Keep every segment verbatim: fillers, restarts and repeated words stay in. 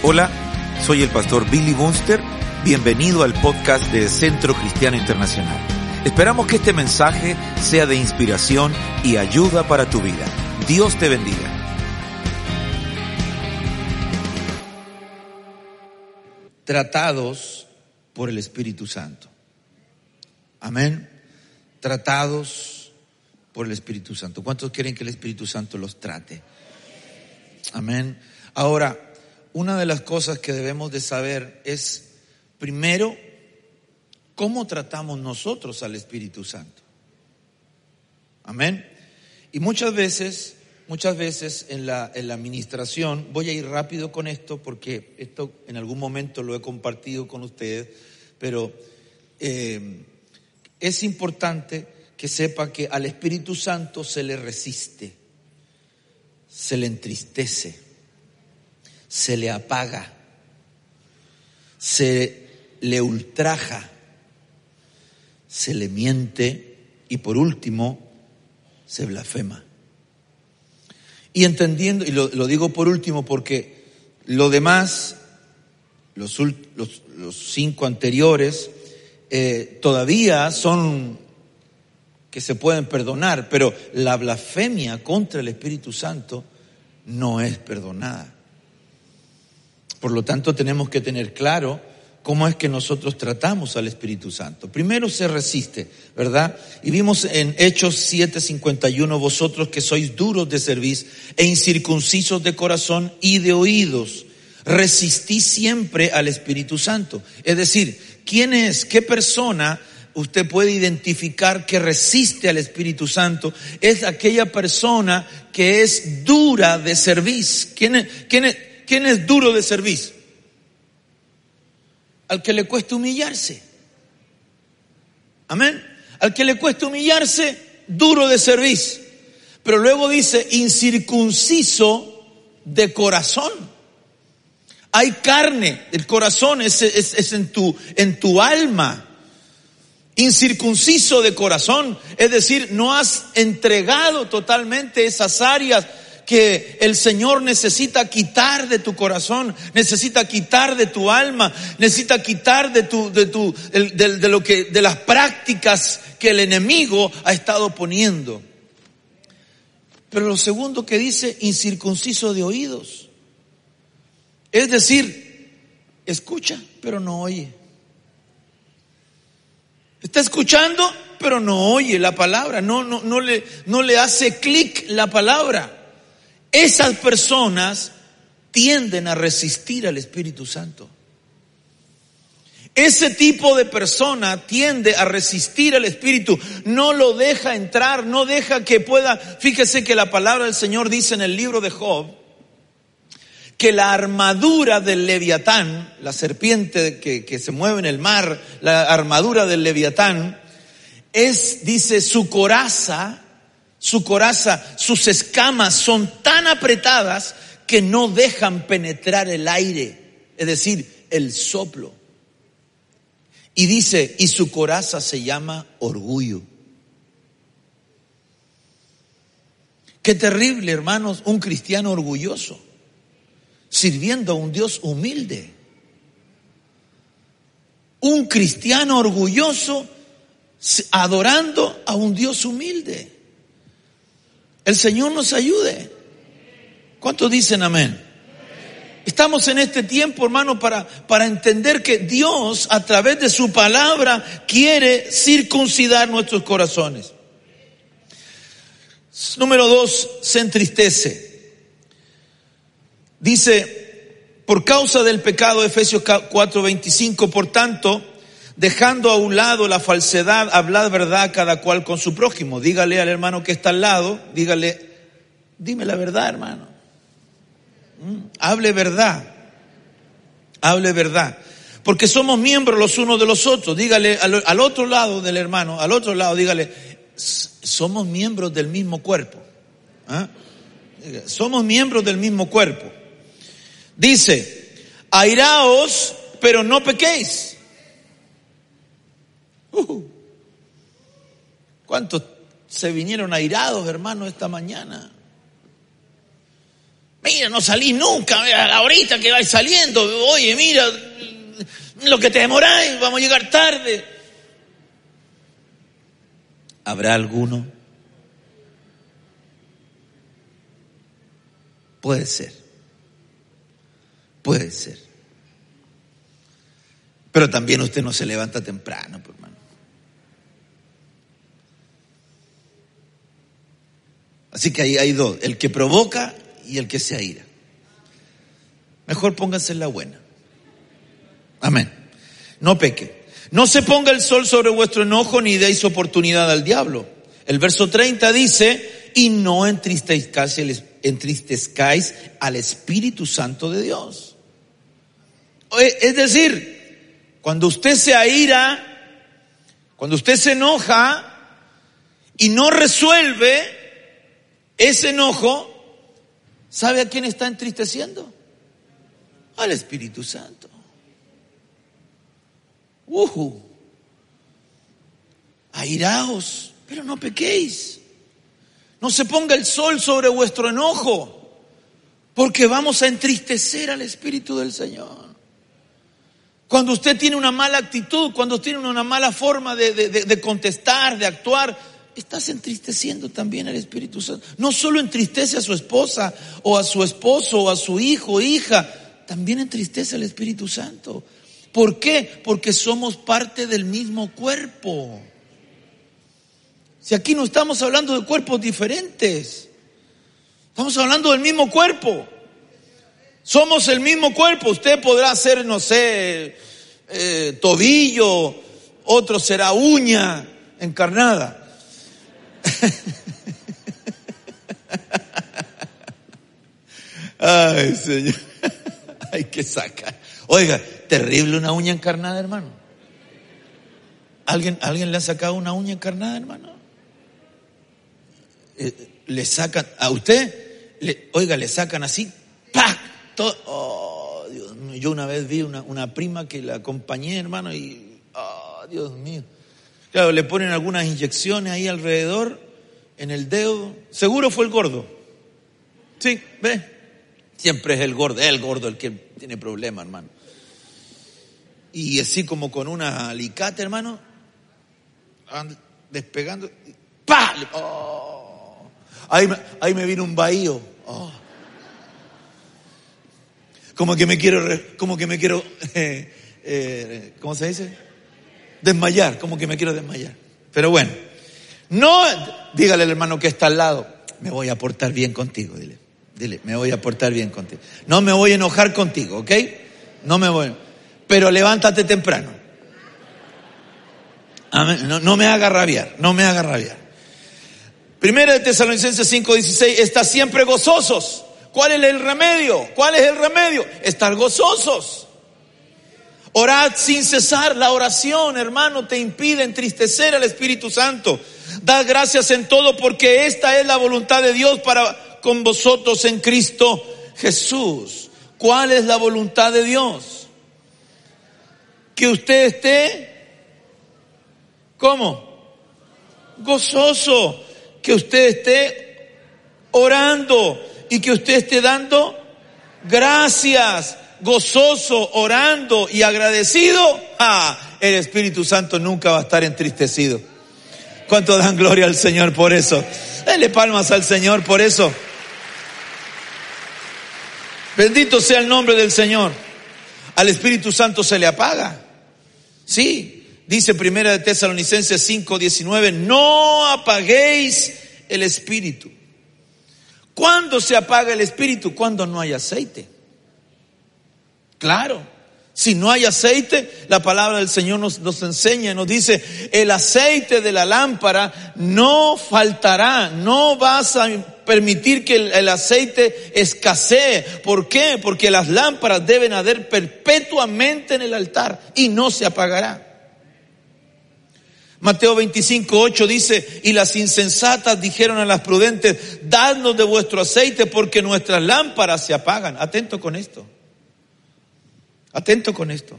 Hola, soy el pastor Billy Bunster. Bienvenido al podcast de Centro Cristiano Internacional. Esperamos que este mensaje sea de inspiración y ayuda para tu vida. Dios te bendiga. Tratados por el Espíritu Santo. Amén. Tratados por el Espíritu Santo. ¿Cuántos quieren que el Espíritu Santo los trate? Amén. Ahora, una de las cosas que debemos de saber es, primero, cómo tratamos nosotros al Espíritu Santo. Amén. Y muchas veces, muchas veces en la, en la administración, voy a ir rápido con esto porque esto en algún momento lo he compartido con ustedes, pero eh, es importante que sepa que al Espíritu Santo se le resiste, se le entristece, se le apaga, se le ultraja, se le miente y por último se blasfema. Y entendiendo, y lo, lo digo por último porque lo demás, los, los, los cinco anteriores, eh, todavía son que se pueden perdonar, pero la blasfemia contra el Espíritu Santo no es perdonada. Por lo tanto, tenemos que tener claro cómo es que nosotros tratamos al Espíritu Santo. Primero se resiste, ¿verdad? Y vimos en Hechos siete cincuenta y uno, vosotros que sois duros de cerviz e incircuncisos de corazón y de oídos, resistís siempre al Espíritu Santo. Es decir, ¿quién es, qué persona usted puede identificar que resiste al Espíritu Santo? Es aquella persona que es dura de cerviz. ¿Quién es, quién es, quién es duro de cerviz? Al que le cuesta humillarse. Amén. Al que le cuesta humillarse, duro de cerviz. Pero luego dice incircunciso de corazón. Hay carne, el corazón es, es, es en tu, en tu alma. Incircunciso de corazón, es decir, no has entregado totalmente esas áreas que el Señor necesita quitar de tu corazón, necesita quitar de tu alma, necesita quitar de tu, de tu, de, de, de lo que, de las prácticas que el enemigo ha estado poniendo. Pero lo segundo que dice, incircunciso de oídos, es decir, escucha, pero no oye. Está escuchando, pero no oye la palabra, no, no, no le, no le hace clic la palabra. Esas personas tienden a resistir al Espíritu Santo. Ese tipo de persona tiende a resistir al Espíritu, no lo deja entrar, no deja que pueda. Fíjese que la palabra del Señor dice en el libro de Job que la armadura del Leviatán, la serpiente que, que se mueve en el mar, la armadura del Leviatán, es, dice, su coraza, su coraza, sus escamas son tan apretadas que no dejan penetrar el aire, es decir, el soplo. Y dice, y su coraza se llama orgullo. Qué terrible, hermanos, un cristiano orgulloso, sirviendo a un Dios humilde. Un cristiano orgulloso adorando a un Dios humilde. El Señor nos ayude. ¿Cuántos dicen amén? Estamos en este tiempo, hermano, para, para entender que Dios, a través de su palabra, quiere circuncidar nuestros corazones. Número dos, se entristece. Dice, por causa del pecado, Efesios cuatro veinticinco, por tanto, dejando a un lado la falsedad, hablad verdad cada cual con su prójimo. Dígale al hermano que está al lado, dígale, dime la verdad, hermano. ¿Mm? Hable verdad, hable verdad. Porque somos miembros los unos de los otros. Dígale al, al otro lado del hermano, al otro lado, dígale, somos miembros del mismo cuerpo. ¿Ah? Somos miembros del mismo cuerpo. Dice, airaos, pero no pequéis. Uh, ¿Cuántos se vinieron airados, hermano, esta mañana? Mira, no salís nunca, ahorita que vais saliendo, oye, mira, lo que te demoráis, vamos a llegar tarde. ¿Habrá alguno? Puede ser. Puede ser. Pero también usted no se levanta temprano, pues, hermano. Así que ahí hay dos, el que provoca y el que se aira. Mejor pónganse en la buena. Amén. No peque. No se ponga el sol sobre vuestro enojo ni deis oportunidad al diablo. El verso treinta dice, y no entristezcáis, el, entristezcáis al Espíritu Santo de Dios. Es decir, cuando usted se aira, cuando usted se enoja y no resuelve ese enojo, ¿sabe a quién está entristeciendo? Al Espíritu Santo. Uh, airaos, pero no pequéis. No se ponga el sol sobre vuestro enojo, porque vamos a entristecer al Espíritu del Señor. Cuando usted tiene una mala actitud, cuando tiene una mala forma de, de, de contestar, de actuar, estás entristeciendo también al Espíritu Santo. No solo entristece a su esposa o a su esposo o a su hijo o hija, también entristece al Espíritu Santo. ¿Por qué? Porque somos parte del mismo cuerpo. Si aquí no estamos hablando de cuerpos diferentes, estamos hablando del mismo cuerpo. Somos el mismo cuerpo. Usted podrá ser, no sé, eh, tobillo, otro será uña encarnada. Ay, Señor. Ay, qué saca. Oiga, terrible una uña encarnada, hermano. ¿Alguien, ¿Alguien le ha sacado una uña encarnada, hermano? Eh, le sacan, a usted, le, oiga, le sacan así, ¡pac! Todo, oh, Dios mío. Yo una vez vi una, una prima que la acompañé, hermano, y, oh, Dios mío. Claro, le ponen algunas inyecciones ahí alrededor, en el dedo. Seguro fue el gordo. Sí, ve. Siempre es el gordo, es el gordo el que tiene problemas, hermano. Y así como con una alicate, hermano, despegando, ¡pah! Oh. Ahí, ahí me vino un bahío. Oh. Como que me quiero, como que me quiero, eh, eh, ¿cómo se dice? Desmayar, como que me quiero desmayar. Pero bueno, no, dígale al hermano que está al lado, me voy a portar bien contigo, dile. Dile, me voy a portar bien contigo. No me voy a enojar contigo, ¿ok? No me voy. Pero levántate temprano. Amén. No, no me haga rabiar, no me haga rabiar. Primera de Tesalonicenses cinco dieciséis, está siempre gozosos. ¿Cuál es el remedio? ¿Cuál es el remedio? Estar gozosos. Orad sin cesar. La oración, hermano, te impide entristecer al Espíritu Santo. Dad gracias en todo porque esta es la voluntad de Dios para con vosotros en Cristo Jesús. ¿Cuál es la voluntad de Dios? Que usted esté, ¿cómo? Gozoso. Que usted esté orando y que usted esté dando gracias, gozoso, orando y agradecido. Ah, el Espíritu Santo nunca va a estar entristecido. ¿Cuánto dan gloria al Señor por eso? Denle palmas al Señor por eso. Bendito sea el nombre del Señor. Al Espíritu Santo se le apaga. Sí, dice Primera de Tesalonicenses cinco diecinueve, no apaguéis el Espíritu. ¿Cuándo se apaga el Espíritu? Cuando no hay aceite. Claro, si no hay aceite, la palabra del Señor nos, nos enseña, nos dice, el aceite de la lámpara no faltará, no vas a permitir que el, el aceite escasee. ¿Por qué? Porque las lámparas deben arder perpetuamente en el altar y no se apagará. Mateo veinticinco ocho dice, y las insensatas dijeron a las prudentes, dadnos de vuestro aceite porque nuestras lámparas se apagan. Atento con esto. Atento con esto.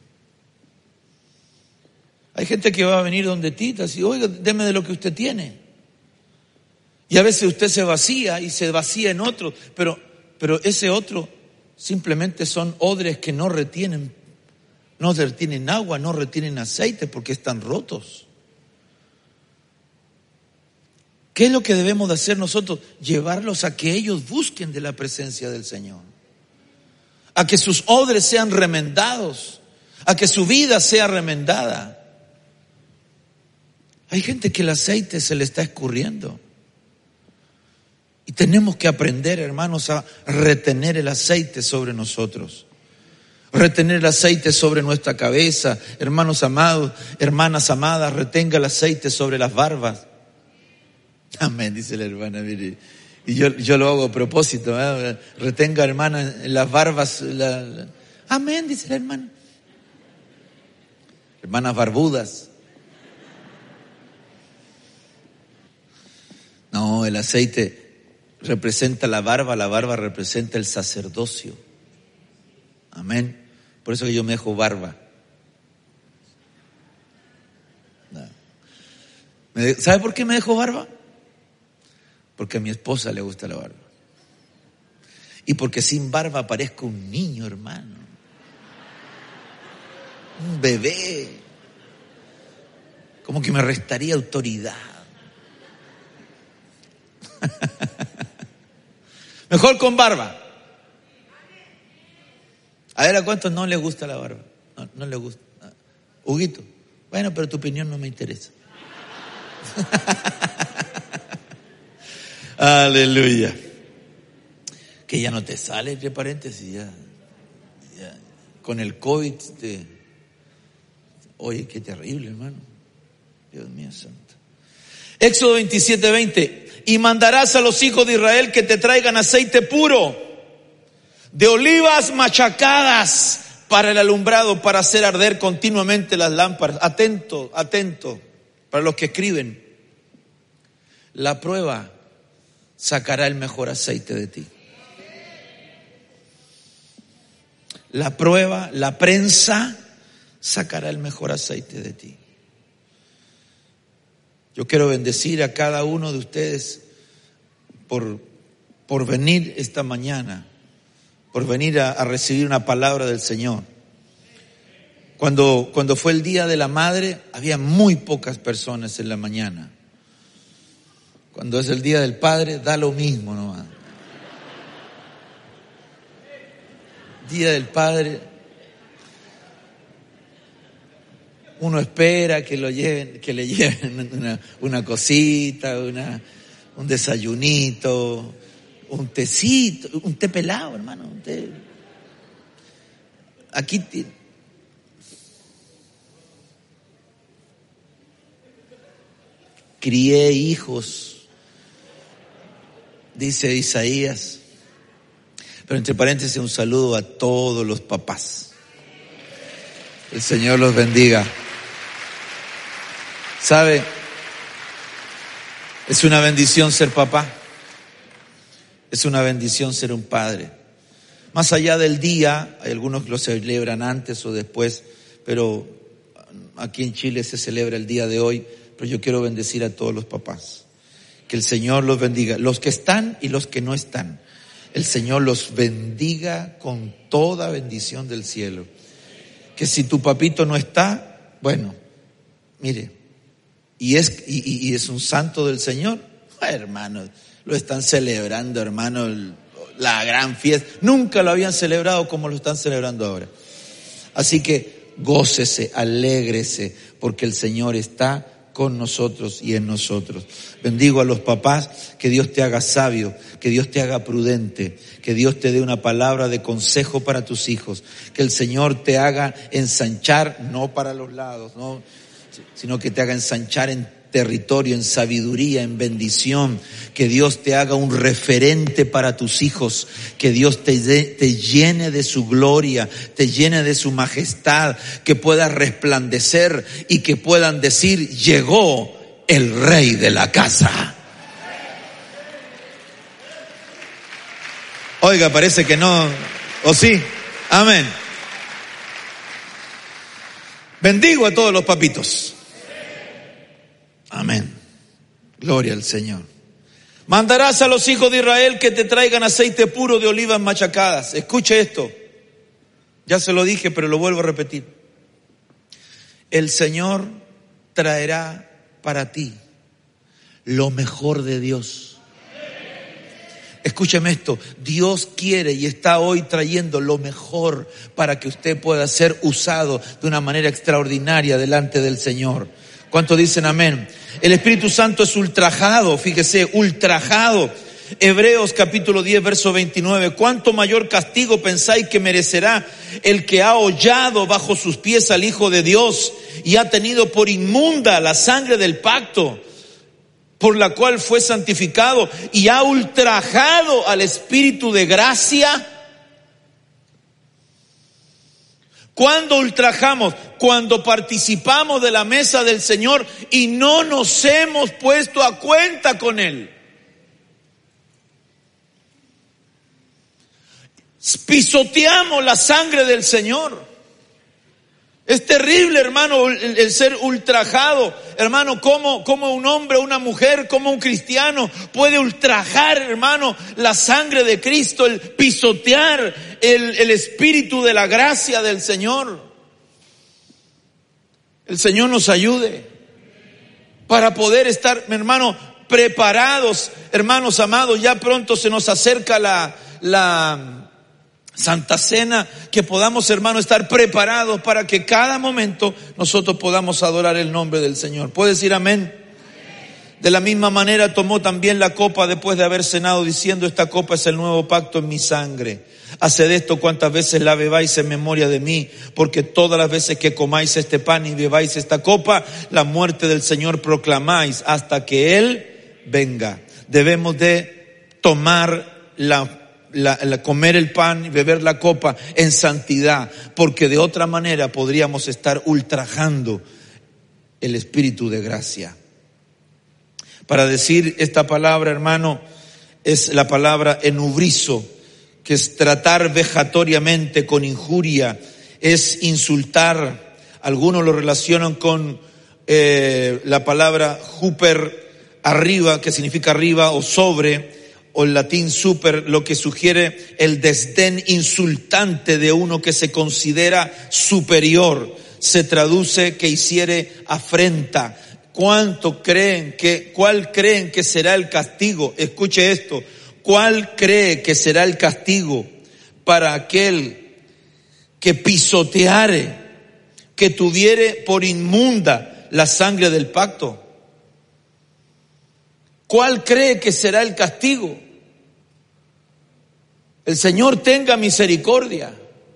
Hay gente que va a venir donde ti y dice, oiga, deme de lo que usted tiene. Y a veces usted se vacía y se vacía en otro, pero pero ese otro simplemente son odres que no retienen, no retienen agua, no retienen aceite porque están rotos. ¿Qué es lo que debemos de hacer nosotros? Llevarlos a que ellos busquen de la presencia del Señor, a que sus odres sean remendados, a que su vida sea remendada. Hay gente que el aceite se le está escurriendo. Y tenemos que aprender, hermanos, a retener el aceite sobre nosotros. Retener el aceite sobre nuestra cabeza. Hermanos amados, hermanas amadas, retenga el aceite sobre las barbas. Amén, dice la hermana, mire. Y yo, yo lo hago a propósito, ¿eh? Retenga, hermana, en las barbas. La, la. Amén, dice la hermana. Hermanas barbudas. No, el aceite representa la barba, la barba representa el sacerdocio. Amén. Por eso que yo me dejo barba. No. ¿Sabe por qué me dejo barba? Porque a mi esposa le gusta la barba. Y porque sin barba parezco un niño, hermano. Un bebé. Como que me restaría autoridad. Mejor con barba. A ver, ¿a cuántos no les gusta la barba? No, no les gusta. Huguito, bueno, pero tu opinión no me interesa. Aleluya. Que ya no te sale, entre paréntesis, ya, ya. Con el COVID te... Oye, qué terrible, hermano. Dios mío santo. Éxodo veintisiete, veinte. Y mandarás a los hijos de Israel que te traigan aceite puro de olivas machacadas para el alumbrado, para hacer arder continuamente las lámparas. Atento, atento, para los que escriben. La prueba sacará el mejor aceite de ti. La prueba, la prensa, sacará el mejor aceite de ti. Yo quiero bendecir a cada uno de ustedes por, por venir esta mañana, por venir a, a recibir una palabra del Señor. Cuando, cuando fue el Día de la Madre, había muy pocas personas en la mañana. Cuando es el Día del Padre, da lo mismo nomás. Día del Padre, uno espera que lo lleven, que le lleven una, una cosita, una, un desayunito, un tecito, un té pelado, hermano. Un té. Aquí t- crié hijos, dice Isaías. Pero entre paréntesis, un saludo a todos los papás. El Señor los bendiga. ¿Sabe? Es una bendición ser papá. Es una bendición ser un padre. Más allá del día, hay algunos que lo celebran antes o después, pero aquí en Chile se celebra el día de hoy. Pero yo quiero bendecir a todos los papás. Que el Señor los bendiga. Los que están y los que no están. El Señor los bendiga con toda bendición del cielo. Que si tu papito no está, bueno, mire, y es, y, y es un santo del Señor, hermano, lo están celebrando, hermano, la gran fiesta. Nunca lo habían celebrado como lo están celebrando ahora. Así que gócese, alégrese, porque el Señor está con nosotros y en nosotros. Bendigo a los papás, que Dios te haga sabio, que Dios te haga prudente, que Dios te dé una palabra de consejo para tus hijos, que el Señor te haga ensanchar, no para los lados, no, sino que te haga ensanchar en territorio, en sabiduría, en bendición, que Dios te haga un referente para tus hijos, que Dios te, de, te llene de su gloria, te llene de su majestad, que puedas resplandecer y que puedan decir, llegó el Rey de la casa. Oiga, parece que no, ¿o sí? Amén. Bendigo a todos los papitos. Amén. Gloria al Señor. Mandarás a los hijos de Israel que te traigan aceite puro de olivas machacadas. Escuche esto. Ya se lo dije, pero lo vuelvo a repetir. El Señor traerá para ti lo mejor de Dios. Escúcheme esto, Dios quiere y está hoy trayendo lo mejor para que usted pueda ser usado de una manera extraordinaria delante del Señor. ¿Cuántos dicen amén? El Espíritu Santo es ultrajado, fíjese, ultrajado. Hebreos capítulo diez, verso veintinueve. ¿Cuánto mayor castigo pensáis que merecerá el que ha hollado bajo sus pies al Hijo de Dios y ha tenido por inmunda la sangre del pacto, por la cual fue santificado, y ha ultrajado al Espíritu de gracia? ¿Cuándo ultrajamos? Cuando participamos de la mesa del Señor y no nos hemos puesto a cuenta con Él. Pisoteamos la sangre del Señor. Es terrible, hermano, el, el ser ultrajado. Hermano, ¿cómo, cómo un hombre, una mujer, cómo un cristiano puede ultrajar, hermano, la sangre de Cristo, el pisotear el, el espíritu de la gracia del Señor? El Señor nos ayude para poder estar, hermano, preparados. Hermanos amados, ya pronto se nos acerca la, la Santa Cena, que podamos, hermano, estar preparados para que cada momento nosotros podamos adorar el nombre del Señor. ¿Puede decir amén? De la misma manera tomó también la copa después de haber cenado, diciendo: esta copa es el nuevo pacto en mi sangre. Haced esto cuantas veces la bebáis en memoria de mí, porque todas las veces que comáis este pan y bebáis esta copa, la muerte del Señor proclamáis hasta que Él venga. Debemos de tomar la La, la, comer el pan y beber la copa en santidad, porque de otra manera podríamos estar ultrajando el espíritu de gracia. Para decir esta palabra, hermano, es la palabra enubrizo, que es tratar vejatoriamente, con injuria, es insultar. Algunos lo relacionan con eh, la palabra huper, arriba, que significa arriba o sobre, o el latín super, lo que sugiere el desdén insultante de uno que se considera superior. Se traduce que hiciere afrenta. ¿Cuánto creen que, cuál creen que será el castigo? Escuche esto. ¿Cuál cree que será el castigo para aquel que pisoteare, que tuviere por inmunda la sangre del pacto? ¿Cuál cree que será el castigo? El Señor tenga misericordia.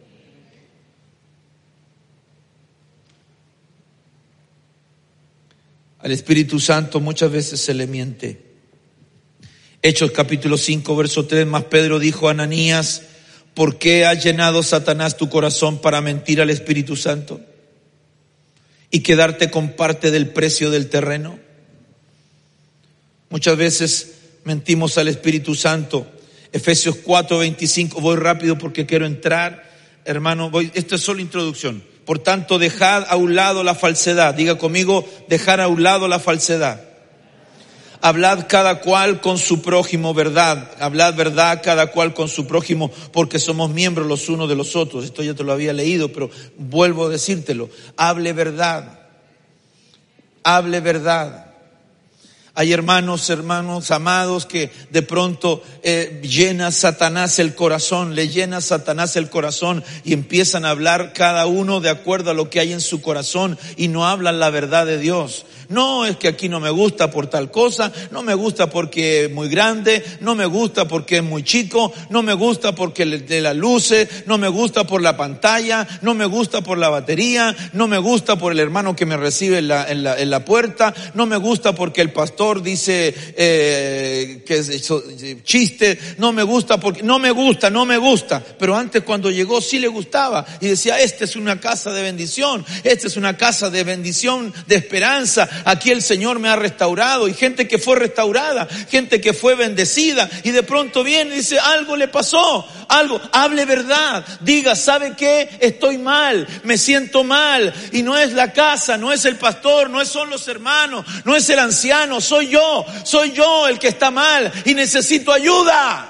Al Espíritu Santo muchas veces se le miente. Hechos capítulo cinco, verso tres, más Pedro dijo a Ananías: ¿por qué ha llenado Satanás tu corazón para mentir al Espíritu Santo y quedarte con parte del precio del terreno? Muchas veces mentimos al Espíritu Santo. Efesios cuatro, veinticinco, voy rápido porque quiero entrar, hermano, voy, esto es solo introducción. Por tanto, dejad a un lado la falsedad. Diga conmigo: dejar a un lado la falsedad. Hablad cada cual con su prójimo verdad. Hablad verdad cada cual con su prójimo, porque somos miembros los unos de los otros. Esto ya te lo había leído, pero vuelvo a decírtelo. Hable verdad. Hable verdad. Hay hermanos, hermanos amados, que de pronto eh, llena Satanás el corazón, le llena Satanás el corazón y empiezan a hablar cada uno de acuerdo a lo que hay en su corazón y no hablan la verdad de Dios. No, es que aquí no me gusta por tal cosa, no me gusta porque es muy grande, no me gusta porque es muy chico, no me gusta porque de las luces, no me gusta por la pantalla, no me gusta por la batería, no me gusta por el hermano que me recibe en la, en la, en la puerta, no me gusta porque el pastor dice eh, que es eso, chiste, no me gusta porque, no me gusta, no me gusta. Pero antes cuando llegó sí le gustaba y decía: esta es una casa de bendición, esta es una casa de bendición, de esperanza. Aquí el Señor me ha restaurado, y gente que fue restaurada, gente que fue bendecida, y de pronto viene y dice, algo le pasó, algo, hable verdad, diga, ¿sabe qué? Estoy mal, me siento mal, y no es la casa, no es el pastor, no son los hermanos, no es el anciano, soy yo, soy yo el que está mal y necesito ayuda.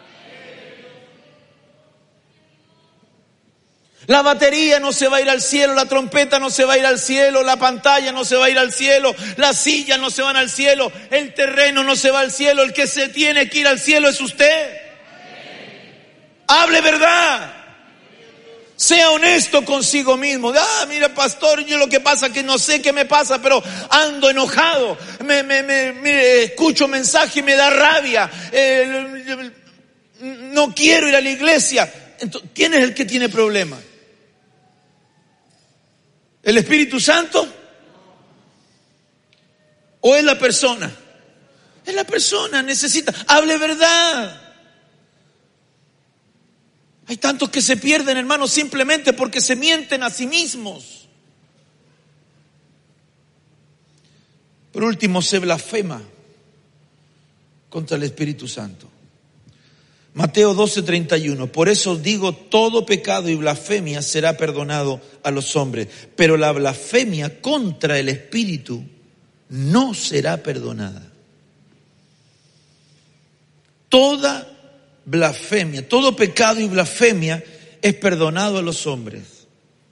La batería no se va a ir al cielo, la trompeta no se va a ir al cielo, la pantalla no se va a ir al cielo, las sillas no se van al cielo, el terreno no se va al cielo, el que se tiene que ir al cielo es usted. Hable verdad. Sea honesto consigo mismo. Ah, mira, pastor, yo lo que pasa es que no sé qué me pasa, pero ando enojado. Me, me, me, me escucho mensaje y me da rabia. Eh, no quiero ir a la iglesia. Entonces, ¿quién es el que tiene problemas? ¿El Espíritu Santo? ¿O es la persona? Es la persona, necesita. Hable verdad. Hay tantos que se pierden, hermanos, simplemente porque se mienten a sí mismos. Por último, se blasfema contra el Espíritu Santo. Mateo doce, treinta y uno. Por eso digo, todo pecado y blasfemia será perdonado a los hombres, pero la blasfemia contra el Espíritu no será perdonada. Toda blasfemia, todo pecado y blasfemia es perdonado a los hombres.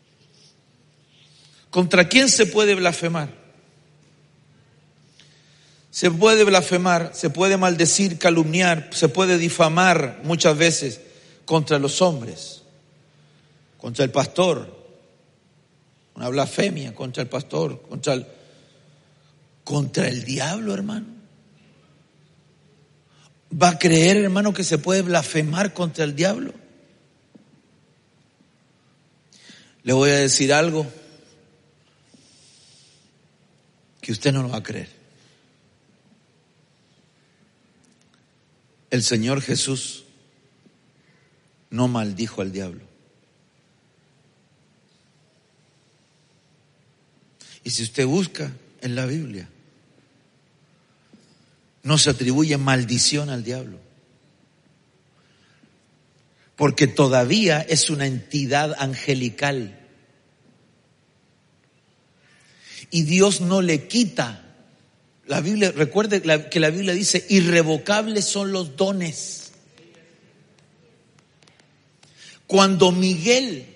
¿Contra quién se puede blasfemar? Se puede blasfemar, se puede maldecir, calumniar, se puede difamar muchas veces contra los hombres, contra el pastor, una blasfemia contra el pastor, contra el, contra el diablo, hermano. ¿Va a creer, hermano, que se puede blasfemar contra el diablo? Le voy a decir algo que usted no lo va a creer. El Señor Jesús no maldijo al diablo. Y si usted busca en la Biblia, no se atribuye maldición al diablo, porque todavía es una entidad angelical. Y Dios no le quita. La Biblia, recuerde que la Biblia dice, irrevocables son los dones. Cuando Miguel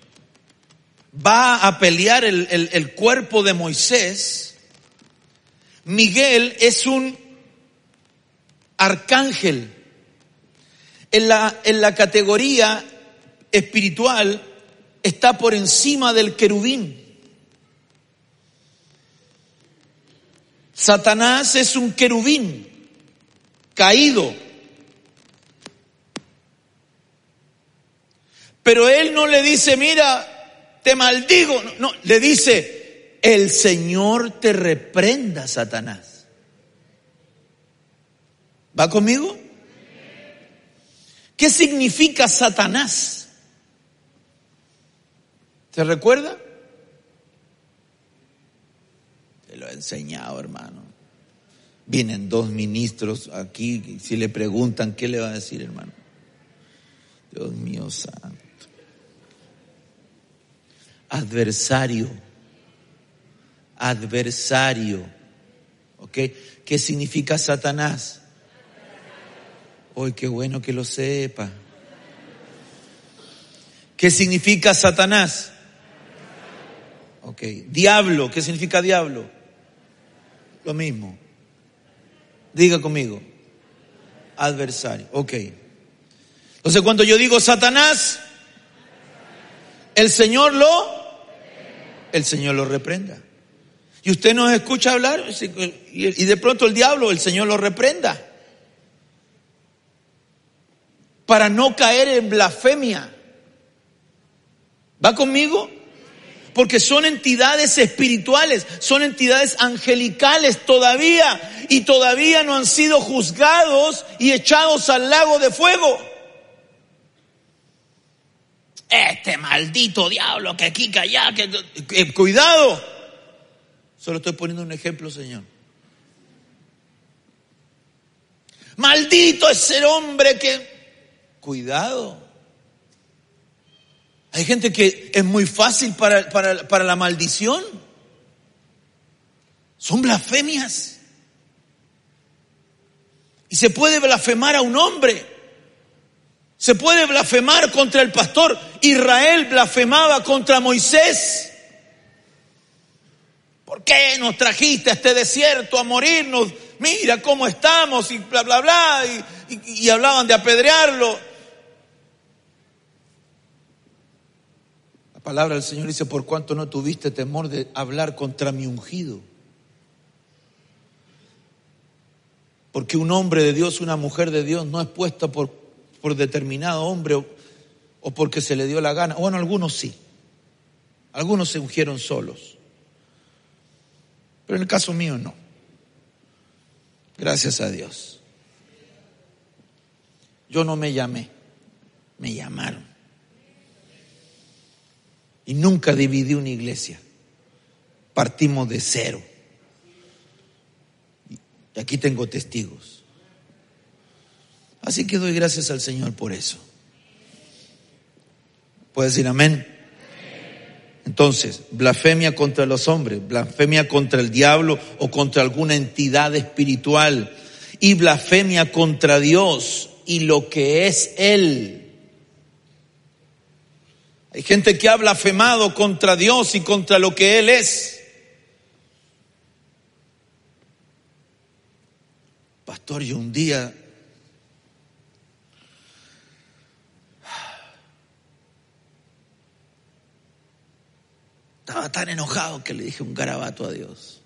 va a pelear el, el, el cuerpo de Moisés, Miguel es un arcángel. En la, en la categoría espiritual está por encima del querubín. Satanás es un querubín caído. Pero él no le dice, mira, te maldigo. No, no, le dice, el Señor te reprenda, Satanás. ¿Va conmigo? ¿Qué significa Satanás? ¿Se recuerda? Te lo he enseñado, hermano. Vienen dos ministros aquí, si le preguntan, ¿qué le va a decir, hermano? Dios mío santo. Adversario. Adversario. ¿Ok? ¿Qué significa Satanás? ¡Ay, qué bueno que lo sepa! ¿Qué significa Satanás? Ok. Diablo. ¿Qué significa diablo? Lo mismo. Diga conmigo. Adversario. Ok. Entonces cuando yo digo Satanás, el Señor lo, el Señor lo reprenda. Y usted nos escucha hablar y de pronto el diablo, el Señor lo reprenda. Para no caer en blasfemia. ¿Va conmigo? Porque son entidades espirituales, son entidades angelicales todavía, y todavía no han sido juzgados y echados al lago de fuego. Este maldito diablo que aquí, que allá, que, que cuidado. Solo estoy poniendo un ejemplo, Señor. Maldito es el hombre que... Cuidado. Hay gente que es muy fácil para, para, para la maldición. Son blasfemias. Y se puede blasfemar a un hombre. Se puede blasfemar contra el pastor. Israel blasfemaba contra Moisés. ¿Por qué nos trajiste a este desierto a morirnos? Mira cómo estamos y bla, bla, bla. Y, y, y hablaban de apedrearlo. La palabra del Señor dice, por cuanto no tuviste temor de hablar contra mi ungido. Porque un hombre de Dios, una mujer de Dios no es puesta por, por determinado hombre o, o porque se le dio la gana. Bueno, algunos sí. Algunos se ungieron solos. Pero en el caso mío no. Gracias a Dios. Yo no me llamé, me llamaron. Y nunca dividí una iglesia. Partimos de cero. Y aquí tengo testigos. Así que doy gracias al Señor por eso. ¿Puedes decir amén? Entonces, blasfemia contra los hombres, blasfemia contra el diablo o contra alguna entidad espiritual, y blasfemia contra Dios y lo que es Él. Hay gente que ha blasfemado contra Dios y contra lo que Él es. Pastor, yo un día estaba tan enojado que le dije un garabato a Dios.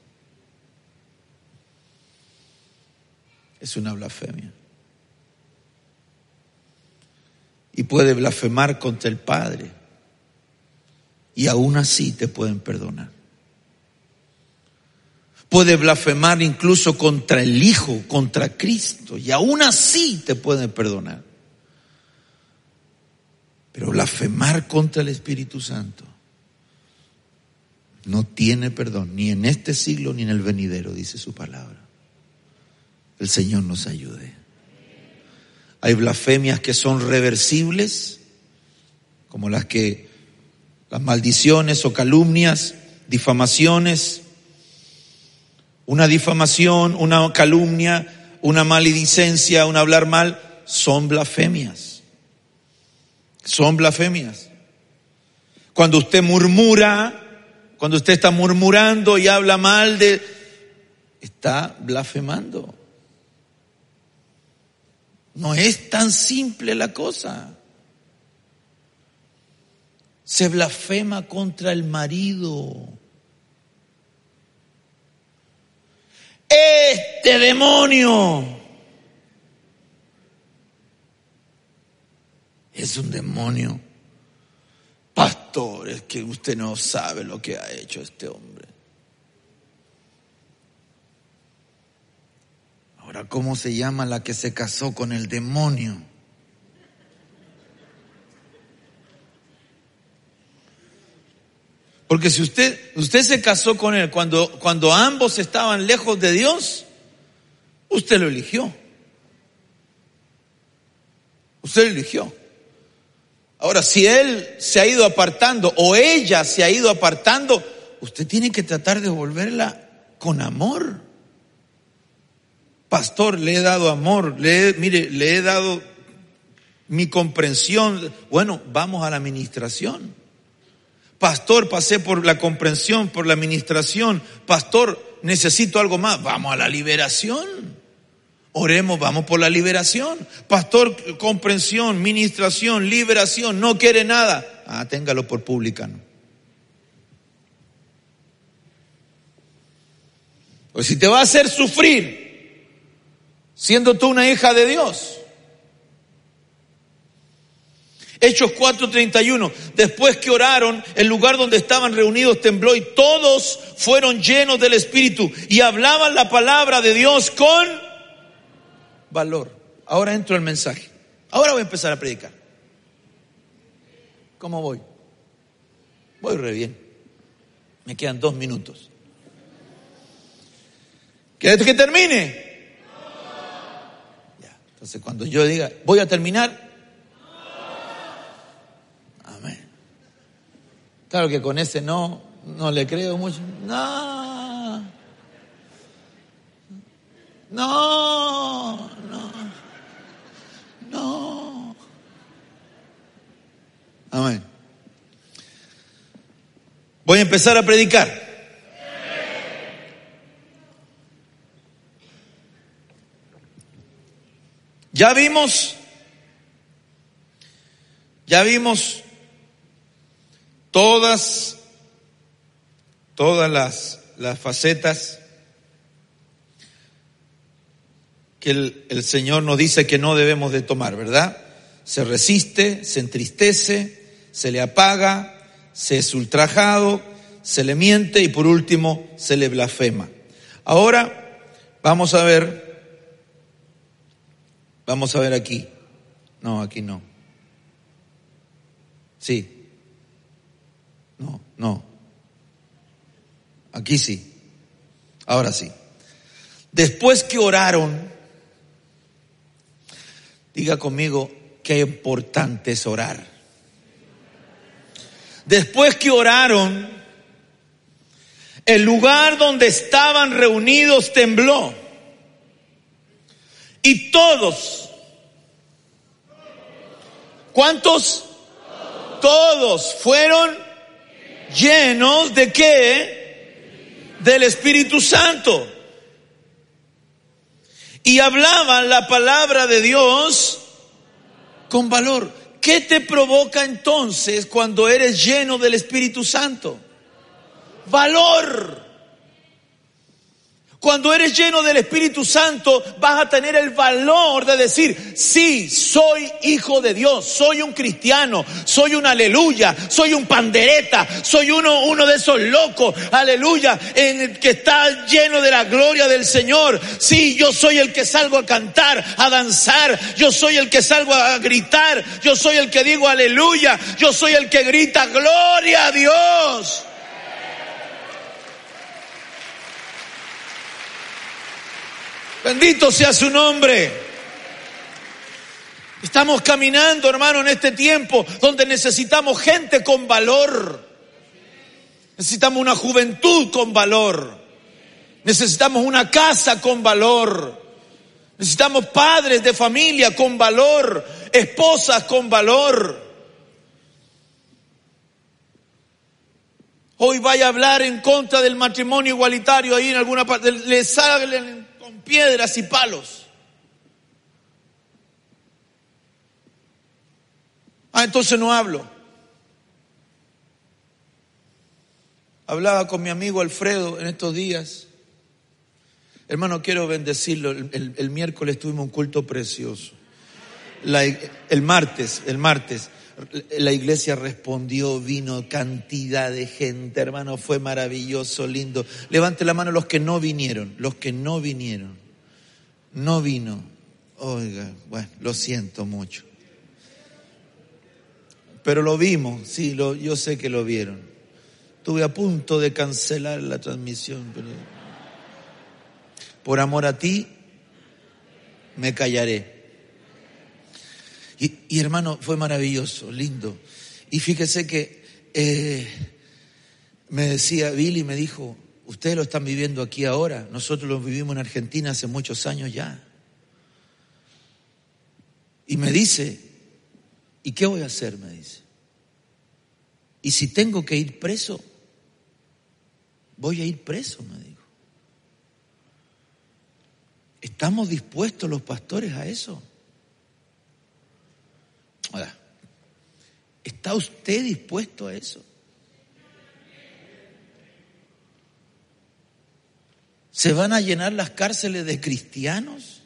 Es una blasfemia. Y puede blasfemar contra el Padre. Y aún así te pueden perdonar. Puede blasfemar incluso contra el Hijo, contra Cristo. Y aún así te pueden perdonar. Pero blasfemar contra el Espíritu Santo no tiene perdón, ni en este siglo ni en el venidero, dice su palabra. El Señor nos ayude. Hay blasfemias que son reversibles, como las que, las maldiciones o calumnias, difamaciones. Una difamación, una calumnia, una maledicencia, un hablar mal, son blasfemias. Son blasfemias. Cuando usted murmura, cuando usted está murmurando y habla mal de, está blasfemando. No es tan simple la cosa. Se blasfema contra el marido. Este demonio es un demonio. Pastor, es que usted no sabe lo que ha hecho este hombre. Ahora, ¿cómo se llama la que se casó con el demonio? Porque si usted, usted se casó con él cuando, cuando ambos estaban lejos de Dios, usted lo eligió. Usted lo eligió. Ahora, si él se ha ido apartando o ella se ha ido apartando, usted tiene que tratar de volverla con amor. Pastor, le he dado amor, le he, mire, le he dado mi comprensión. Bueno, vamos a la administración. Pastor, pasé por la comprensión, por la administración. Pastor, necesito algo más. Vamos a la liberación. Oremos, vamos por la liberación. Pastor, comprensión, ministración, liberación. No quiere nada. Ah, téngalo por publicano. Pues si te va a hacer sufrir, siendo tú una hija de Dios. Hechos cuatro treinta y uno, después que oraron, el lugar donde estaban reunidos tembló y todos fueron llenos del Espíritu y hablaban la palabra de Dios con valor. Ahora entro al mensaje. Ahora voy a empezar a predicar. ¿Cómo voy? Voy re bien. Me quedan dos minutos. ¿Quieres que termine? Ya. Entonces cuando yo diga, voy a terminar. Amén. Claro que con ese no, no le creo mucho. No. No, no. No. Amén. Voy a empezar a predicar. Ya vimos, ya vimos todas, todas las, las facetas que el, el Señor nos dice que no debemos de tomar, ¿verdad? Se resiste, se entristece, se le apaga, se es ultrajado, se le miente y por último se le blasfema. Ahora vamos a ver. Vamos a ver aquí. No, aquí no. Sí. No, no. Aquí sí. Ahora sí. Después que oraron, diga conmigo qué importante es orar. Después que oraron, el lugar donde estaban reunidos tembló. Y todos, ¿cuántos? Todos fueron llenos de ¿qué? Del Espíritu Santo. Y hablaban la palabra de Dios con valor. ¿Qué te provoca entonces cuando eres lleno del Espíritu Santo? Valor. Cuando eres lleno del Espíritu Santo, vas a tener el valor de decir, sí, soy hijo de Dios, soy un cristiano, soy un aleluya, soy un pandereta, soy uno, uno de esos locos, aleluya, en el que está lleno de la gloria del Señor. Sí, yo soy el que salgo a cantar, a danzar, yo soy el que salgo a gritar, yo soy el que digo aleluya, yo soy el que grita gloria a Dios. Bendito sea su nombre. Estamos caminando, hermano, en este tiempo donde necesitamos gente con valor. Necesitamos una juventud con valor. Necesitamos una casa con valor. Necesitamos padres de familia con valor, esposas con valor. Hoy vaya a hablar en contra del matrimonio igualitario ahí en alguna parte, le salen con piedras y palos. Ah, entonces no hablo. Hablaba con mi amigo Alfredo en estos días. Hermano, quiero bendecirlo. El, el, el miércoles tuvimos un culto precioso. La, el martes, el martes, la iglesia respondió, vino cantidad de gente, hermano, fue maravilloso, lindo. Levante la mano los que no vinieron, los que no vinieron. No vino. Oiga, bueno, lo siento mucho. Pero lo vimos, sí, lo, yo sé que lo vieron. Estuve a punto de cancelar la transmisión, pero por amor a ti me callaré. Y, y hermano, fue maravilloso, lindo. Y fíjese que eh, me decía Billy, me dijo, ustedes lo están viviendo aquí ahora, nosotros lo vivimos en Argentina hace muchos años ya. Y me dice, ¿y qué voy a hacer? Me dice. Y si tengo que ir preso, voy a ir preso, me dijo. ¿Estamos dispuestos los pastores a eso? Ahora, ¿está usted dispuesto a eso? ¿Se van a llenar las cárceles de cristianos?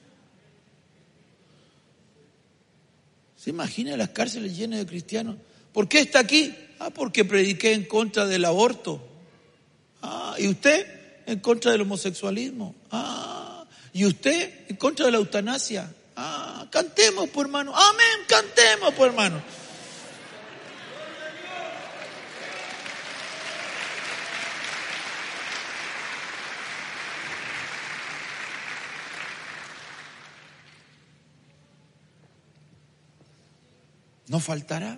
¿Se imagina las cárceles llenas de cristianos? ¿Por qué está aquí? Ah, porque prediqué en contra del aborto. Ah, ¿y usted? En contra del homosexualismo. Ah, ¿y usted? En contra de la eutanasia. Ah, cantemos, pues, hermano. Amén, cantemos, pues, hermano. no faltará.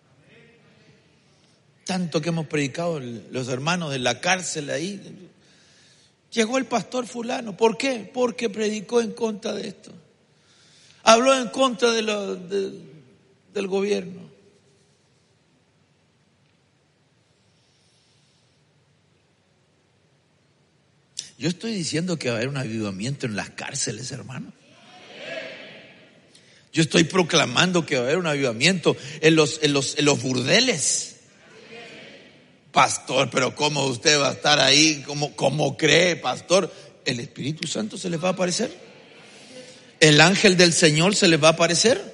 Tanto que hemos predicado los hermanos de la cárcel ahí. Llegó el pastor fulano. ¿Por qué? Porque predicó en contra de esto. Habló en contra de lo, de, del gobierno. Yo estoy diciendo que va a haber un avivamiento en las cárceles, hermano. Yo estoy proclamando que va a haber un avivamiento en los, en los, en los burdeles. Pastor, pero ¿cómo usted va a estar ahí? ¿Cómo, cómo cree, pastor? ¿El Espíritu Santo se les va a aparecer? ¿El ángel del Señor se les va a aparecer?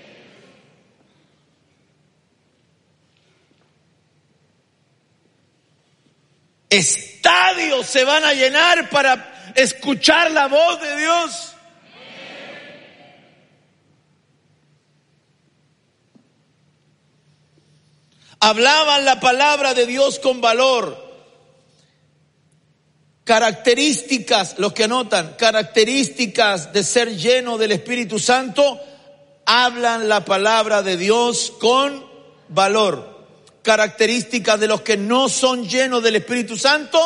Estadios se van a llenar para escuchar la voz de Dios. Hablaban la palabra de Dios con valor. Características, los que anotan, características de ser lleno del Espíritu Santo, hablan la palabra de Dios con valor. Características de los que no son llenos del Espíritu Santo,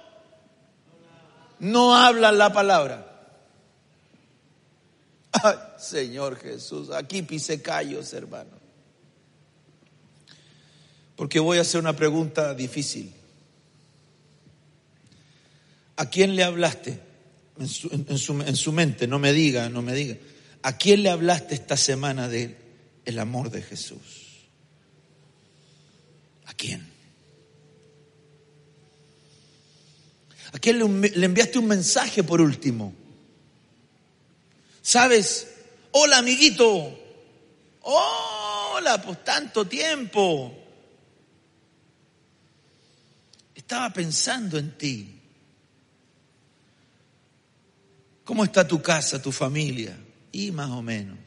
no hablan la palabra. Ay, Señor Jesús, aquí pise callos, hermano. Porque voy a hacer una pregunta difícil. ¿A quién le hablaste? En su, en su, en su mente, no me diga, no me diga. ¿A quién le hablaste esta semana de el amor de Jesús? ¿A quién? ¿A quién le, le enviaste un mensaje por último? ¿Sabes? Hola, amiguito. Hola, pues tanto tiempo. Estaba pensando en ti. ¿Cómo está tu casa, tu familia? Y más o menos.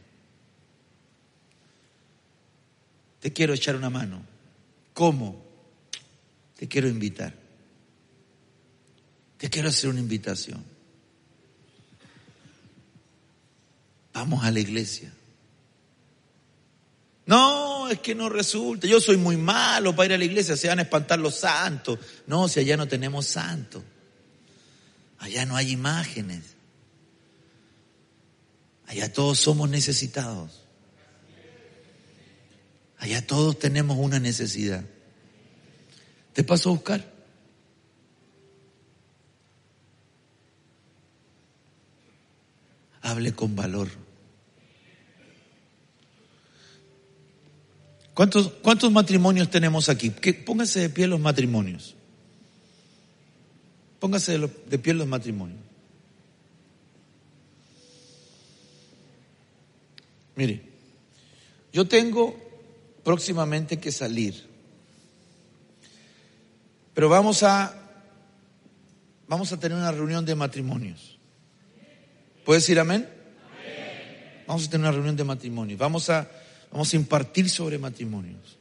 Te quiero echar una mano. ¿Cómo? Te quiero invitar. Te quiero hacer una invitación. Vamos a la iglesia. No, es que no resulta. Yo soy muy malo para ir a la iglesia. Se van a espantar los santos. No, si allá no tenemos santos. Allá no hay imágenes. Allá todos somos necesitados. Allá todos tenemos una necesidad. ¿Te paso a buscar? Hable con valor. ¿Cuántos, cuántos matrimonios tenemos aquí? ¿Qué? Pónganse de pie los matrimonios. Pónganse de, lo, de pie los matrimonios. Mire, yo tengo próximamente que salir, pero vamos a vamos a tener una reunión de matrimonios. ¿Puedes decir amén? Amén. Vamos a tener una reunión de matrimonios. Vamos a vamos a impartir sobre matrimonios.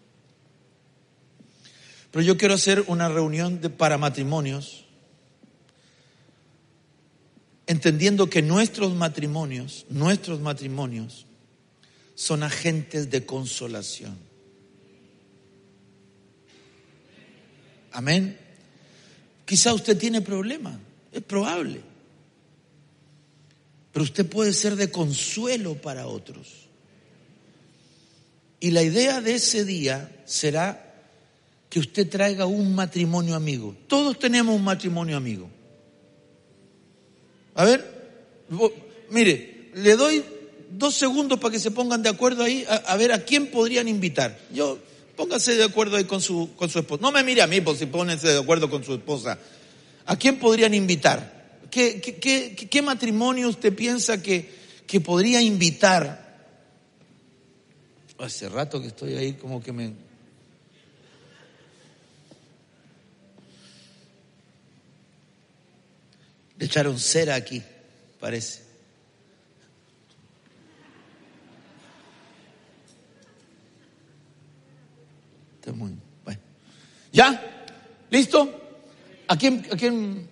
Pero yo quiero hacer una reunión de, para matrimonios, entendiendo que nuestros matrimonios, nuestros matrimonios son agentes de consolación. Amén. Quizá usted tiene problemas, es probable, pero usted puede ser de consuelo para otros. Y la idea de ese día será que usted traiga un matrimonio amigo. Todos tenemos un matrimonio amigo. A ver, mire, le doy dos segundos para que se pongan de acuerdo ahí, a, a ver a quién podrían invitar. Yo, póngase de acuerdo ahí con su, con su esposa. No me mire a mí, por si pónganse de acuerdo con su esposa. ¿A quién podrían invitar? ¿Qué, qué, qué, qué matrimonio usted piensa que, que podría invitar? Hace rato que estoy ahí como que me... Le echaron cera aquí, parece. Está muy bueno. ¿Ya? ¿Listo? ¿A quién? ¿A quién?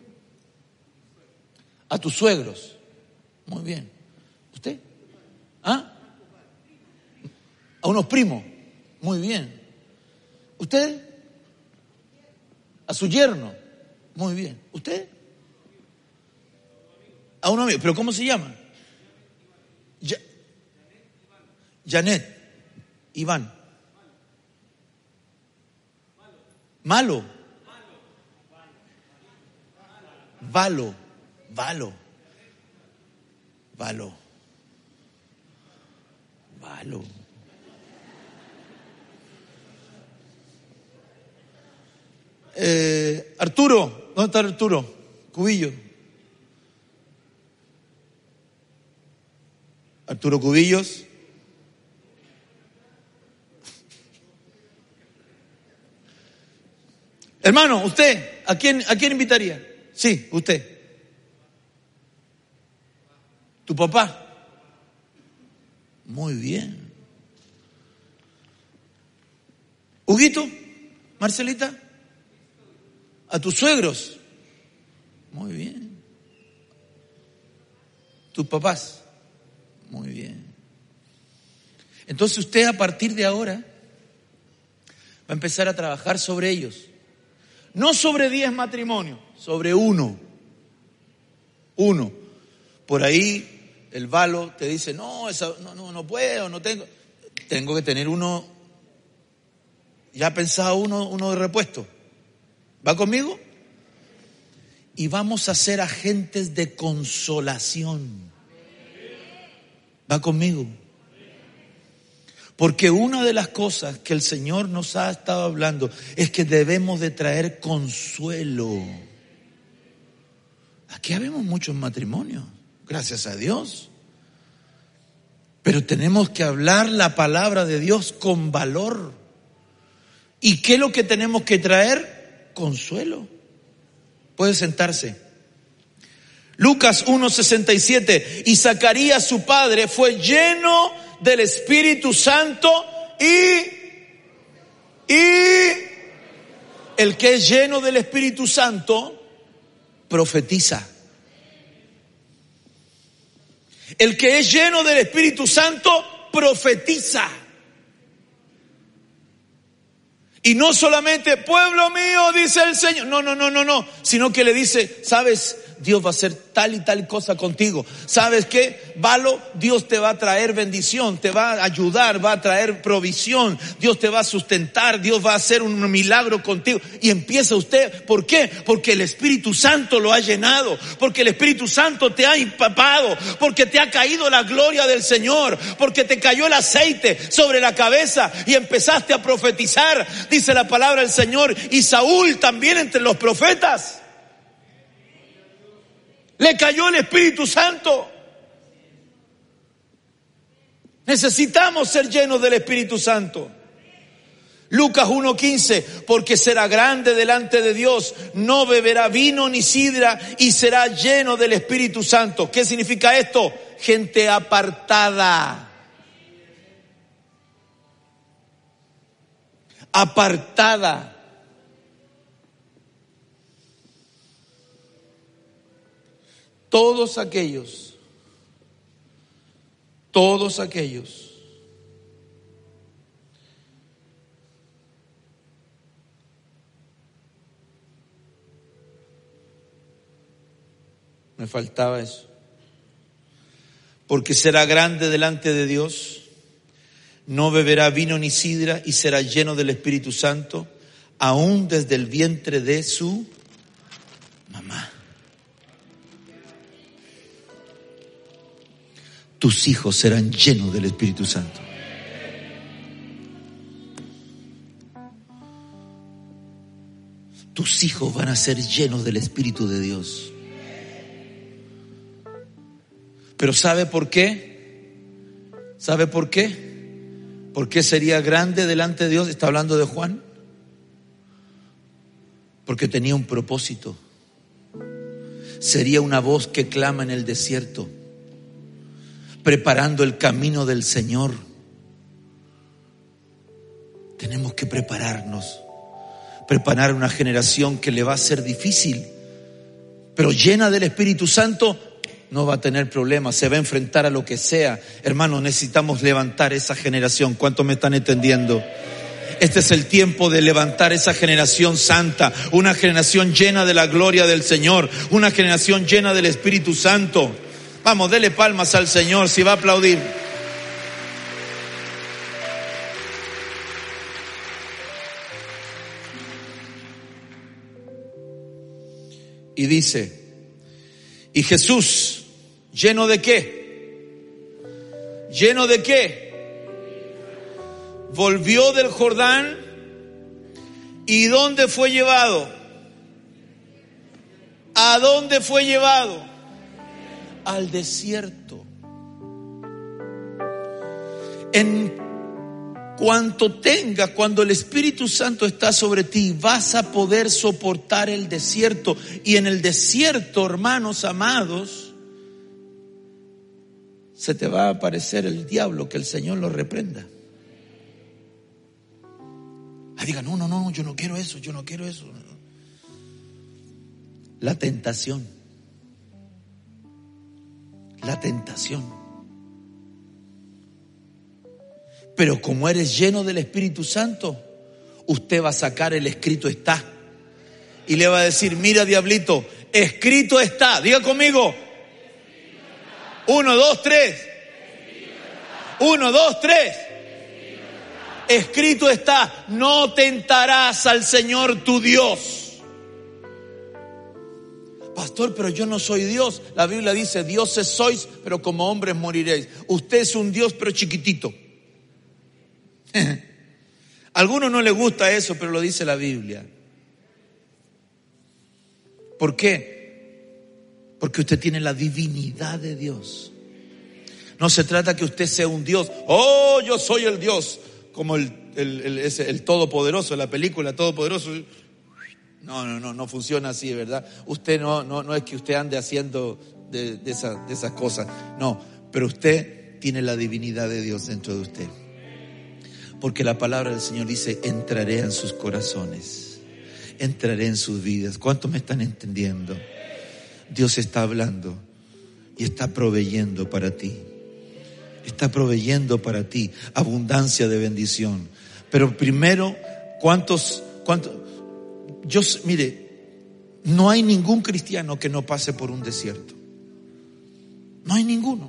A tus suegros. Muy bien. ¿Usted? ¿Ah? A unos primos. Muy bien. ¿Usted? A su yerno. Muy bien. ¿Usted? A un amigo. ¿Pero cómo se llama? Ya- Janet. Iván. Malo. Valo. Valo. Valo. Valo. Eh, Arturo, ¿dónde está Arturo? Cubillo. Arturo Cubillos. Hermano, usted, ¿a quién, a quién invitaría? Sí, usted. ¿Tu papá? Muy bien. ¿Huguito? ¿Marcelita? ¿A tus suegros? Muy bien. ¿Tus papás? Muy bien. Entonces usted a partir de ahora va a empezar a trabajar sobre ellos. No sobre diez matrimonios, sobre uno. Uno. Por ahí el valo te dice, no, esa, no, no, no puedo, no tengo. Tengo que tener uno, ya pensado uno, uno de repuesto. ¿Va conmigo? Y vamos a ser agentes de consolación. ¿Va conmigo? Porque una de las cosas que el Señor nos ha estado hablando es que debemos de traer consuelo. Aquí habemos muchos matrimonios, gracias a Dios. Pero tenemos que hablar la palabra de Dios con valor. ¿Y qué es lo que tenemos que traer? Consuelo. Puede sentarse. Lucas uno sesenta y siete. Y Zacarías su padre fue lleno del Espíritu Santo y, y el que es lleno del Espíritu Santo profetiza. El que es lleno del Espíritu Santo profetiza. Y no solamente, pueblo mío, dice el Señor. No, no, no, no, no. Sino que le dice, ¿sabes? Dios va a hacer tal y tal cosa contigo. ¿Sabes qué? Valo, Dios te va a traer bendición, te va a ayudar, va a traer provisión. Dios te va a sustentar, Dios va a hacer un milagro contigo. Y empieza usted, ¿por qué? Porque el Espíritu Santo lo ha llenado, porque el Espíritu Santo te ha empapado, porque te ha caído la gloria del Señor, porque te cayó el aceite sobre la cabeza y empezaste a profetizar. Dice la palabra del Señor, y Saúl también entre los profetas. Le cayó el Espíritu Santo. Necesitamos ser llenos del Espíritu Santo. Lucas uno quince, porque será grande delante de Dios, no beberá vino ni sidra y será lleno del Espíritu Santo. ¿Qué significa esto? Gente apartada. Apartada. Todos aquellos, todos aquellos me faltaba eso. Porque será grande delante de Dios, no beberá vino ni sidra y será lleno del Espíritu Santo, aún desde el vientre de su mamá. Tus hijos serán llenos del Espíritu Santo. Tus hijos van a ser llenos del Espíritu de Dios. Pero ¿sabe por qué? ¿Sabe por qué? ¿Por qué sería grande delante de Dios? Está hablando de Juan. Porque tenía un propósito. Sería una voz que clama en el desierto, preparando el camino del Señor. Tenemos que prepararnos, preparar una generación que le va a ser difícil, pero llena del Espíritu Santo no va a tener problemas, se va a enfrentar a lo que sea. Hermanos, necesitamos levantar esa generación. ¿Cuántos me están entendiendo? Este es el tiempo de levantar esa generación santa, una generación llena de la gloria del Señor, una generación llena del Espíritu Santo. Vamos, dele palmas al Señor si va a aplaudir. Y dice, y Jesús, ¿lleno de qué? ¿Lleno de qué? Volvió del Jordán. ¿Y dónde fue llevado? ¿A dónde fue llevado? Al desierto. En cuanto tenga, cuando el Espíritu Santo está sobre ti, vas a poder soportar el desierto. Y en el desierto, hermanos amados, se te va a aparecer el diablo, que el Señor lo reprenda. Ah, diga, no, no, no, yo no quiero eso, yo no quiero eso. La tentación. La tentación. Pero como eres lleno del Espíritu Santo, usted va a sacar el escrito está. Y le va a decir, mira, diablito, escrito está. Diga conmigo. Uno, dos, tres. Uno, dos, tres. Escrito está, no tentarás al Señor tu Dios. Pastor, pero yo no soy Dios. La Biblia dice, dioses sois, pero como hombres moriréis. Usted es un Dios, pero chiquitito. A algunos no les gusta eso, pero lo dice la Biblia. ¿Por qué? Porque usted tiene la divinidad de Dios. No se trata que usted sea un Dios. Oh, yo soy el Dios. Como el, el, el, ese, el Todopoderoso, la película Todopoderoso. No, no, no, no funciona así, ¿verdad? Usted no, no, no es que usted ande haciendo de, de, esa, de esas cosas. No, pero usted tiene la divinidad de Dios dentro de usted. Porque la palabra del Señor dice, entraré en sus corazones, entraré en sus vidas. ¿Cuántos me están entendiendo? Dios está hablando y está proveyendo para ti. Está proveyendo para ti abundancia de bendición. Pero primero, ¿cuántos, cuántos? Yo, mire, no hay ningún cristiano que no pase por un desierto. No hay ninguno.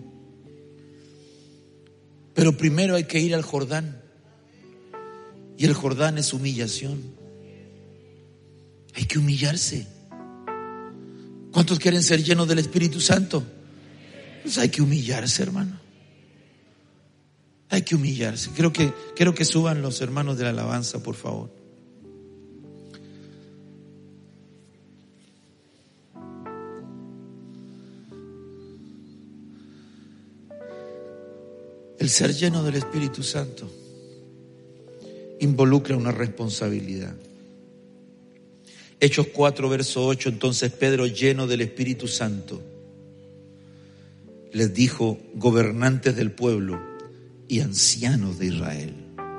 Pero primero hay que ir al Jordán. Y el Jordán es humillación. Hay que humillarse. ¿Cuántos quieren ser llenos del Espíritu Santo? Pues hay que humillarse, hermano. Hay que humillarse. Quiero que, quiero que suban los hermanos de la alabanza, por favor. El ser lleno del Espíritu Santo involucra una responsabilidad. Hechos cuatro, verso ocho. Entonces Pedro, lleno del Espíritu Santo, les dijo, gobernantes del pueblo y ancianos de Israel.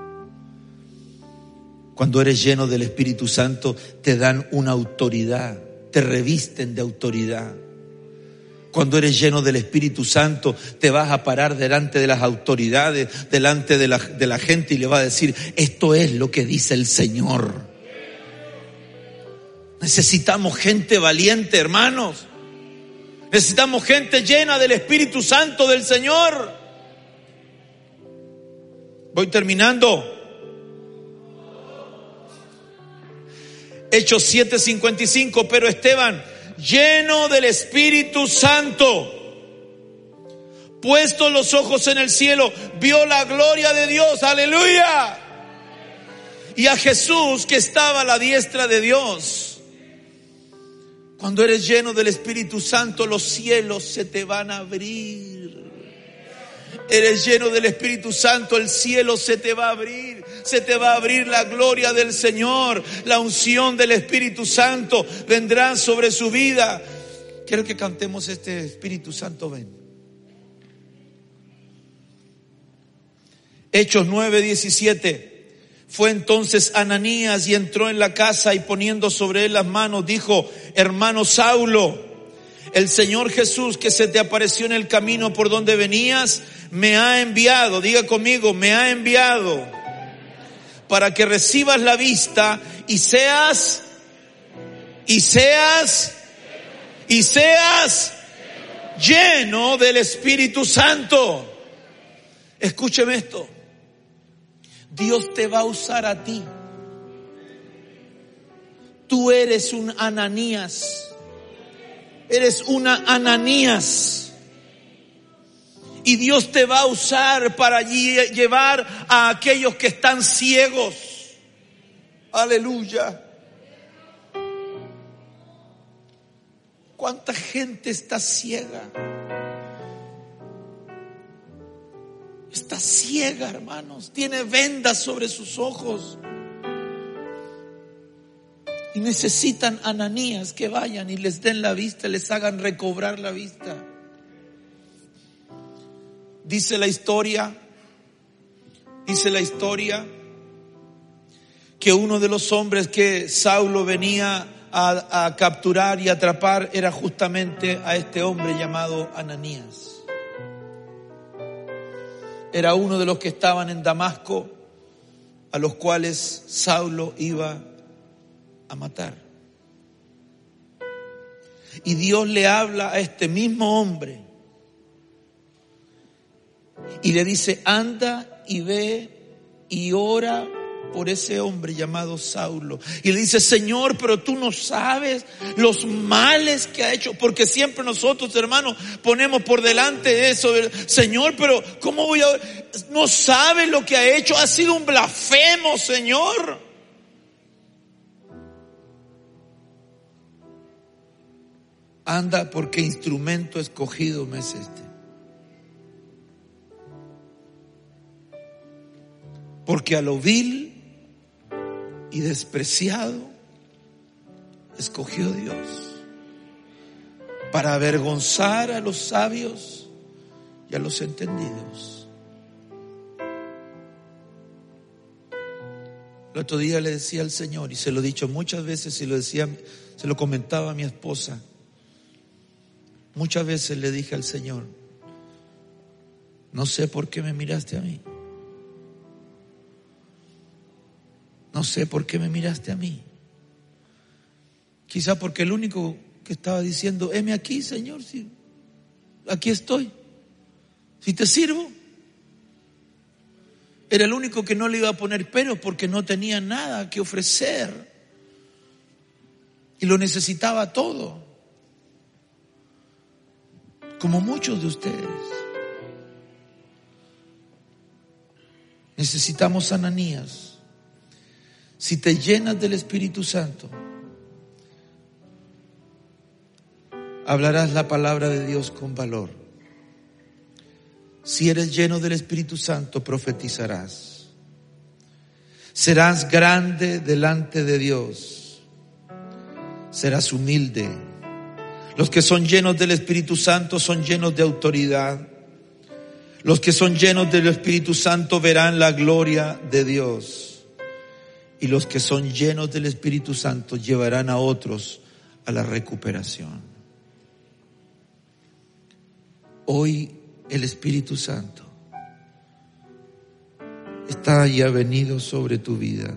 Cuando eres lleno del Espíritu Santo, te dan una autoridad, te revisten de autoridad. Cuando eres lleno del Espíritu Santo, te vas a parar delante de las autoridades, delante de la, de la gente, y le vas a decir, esto es lo que dice el Señor. Necesitamos gente valiente, hermanos. Necesitamos gente llena del Espíritu Santo del Señor. Voy terminando. Hechos siete, cincuenta y cinco. Pero Esteban, lleno del Espíritu Santo, puestos los ojos en el cielo, vio la gloria de Dios. Aleluya. Y a Jesús, que estaba a la diestra de Dios. Cuando eres lleno del Espíritu Santo, los cielos se te van a abrir. Eres lleno del Espíritu Santo, el cielo se te va a abrir. Se te va a abrir la gloria del Señor. La unción del Espíritu Santo vendrá sobre su vida. Quiero que cantemos este Espíritu Santo, ven. Hechos nueve, diecisiete. Fue entonces Ananías y entró en la casa, y poniendo sobre él las manos dijo, hermano Saulo, el Señor Jesús, que se te apareció en el camino por donde venías, me ha enviado. Diga conmigo, me ha enviado para que recibas la vista y seas, y seas, y seas lleno del Espíritu Santo. Escúcheme esto. Dios te va a usar a ti. Tú eres un Ananías. Eres una Ananías. Y Dios te va a usar para llevar a aquellos que están ciegos. Aleluya. ¿Cuánta gente está ciega? Está ciega, hermanos. Tiene vendas sobre sus ojos. Y necesitan Ananías que vayan y les den la vista, les hagan recobrar la vista. Dice la historia, dice la historia que uno de los hombres que Saulo venía a, a capturar y atrapar era justamente a este hombre llamado Ananías. Era uno de los que estaban en Damasco, a los cuales Saulo iba a matar. Y Dios le habla a este mismo hombre y le dice: anda y ve y ora por ese hombre llamado Saulo. Y le dice: Señor, pero tú no sabes los males que ha hecho. Porque siempre nosotros, hermanos, ponemos por delante eso. Señor, pero ¿cómo voy a...? No sabe lo que ha hecho. Ha sido un blasfemo, Señor. Anda, porque instrumento escogido me es este. Porque a lo vil y despreciado escogió Dios para avergonzar a los sabios y a los entendidos. El otro día le decía al Señor, y se lo he dicho muchas veces, y lo decía, se lo comentaba a mi esposa. Muchas veces le dije al Señor: no sé por qué me miraste a mí. No sé por qué me miraste a mí. Quizá porque el único que estaba diciendo: heme aquí, Señor, si aquí estoy, si te sirvo. Era el único que no le iba a poner pero, porque no tenía nada que ofrecer y lo necesitaba todo, como muchos de ustedes. Necesitamos Ananías. Si te llenas del Espíritu Santo, hablarás la palabra de Dios con valor. Si eres lleno del Espíritu Santo, profetizarás. Serás grande delante de Dios. Serás humilde. Los que son llenos del Espíritu Santo son llenos de autoridad. Los que son llenos del Espíritu Santo verán la gloria de Dios. Y los que son llenos del Espíritu Santo llevarán a otros a la recuperación. Hoy el Espíritu Santo está ya venido sobre tu vida.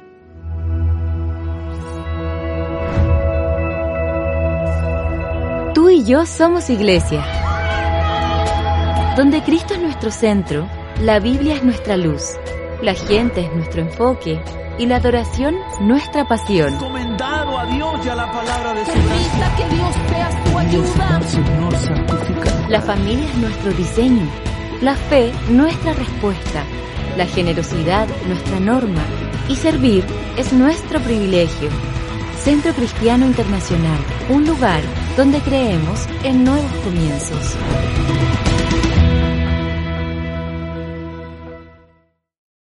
Tú y yo somos iglesia. Donde Cristo es nuestro centro, la Biblia es nuestra luz, la gente es nuestro enfoque y la adoración nuestra pasión. Encomendado a Dios y a la palabra de su gracia. Que Dios sea tu ayuda. Señor, santifica. La familia es nuestro diseño, la fe nuestra respuesta, la generosidad nuestra norma y servir es nuestro privilegio. Centro Cristiano Internacional, un lugar donde creemos en nuevos comienzos.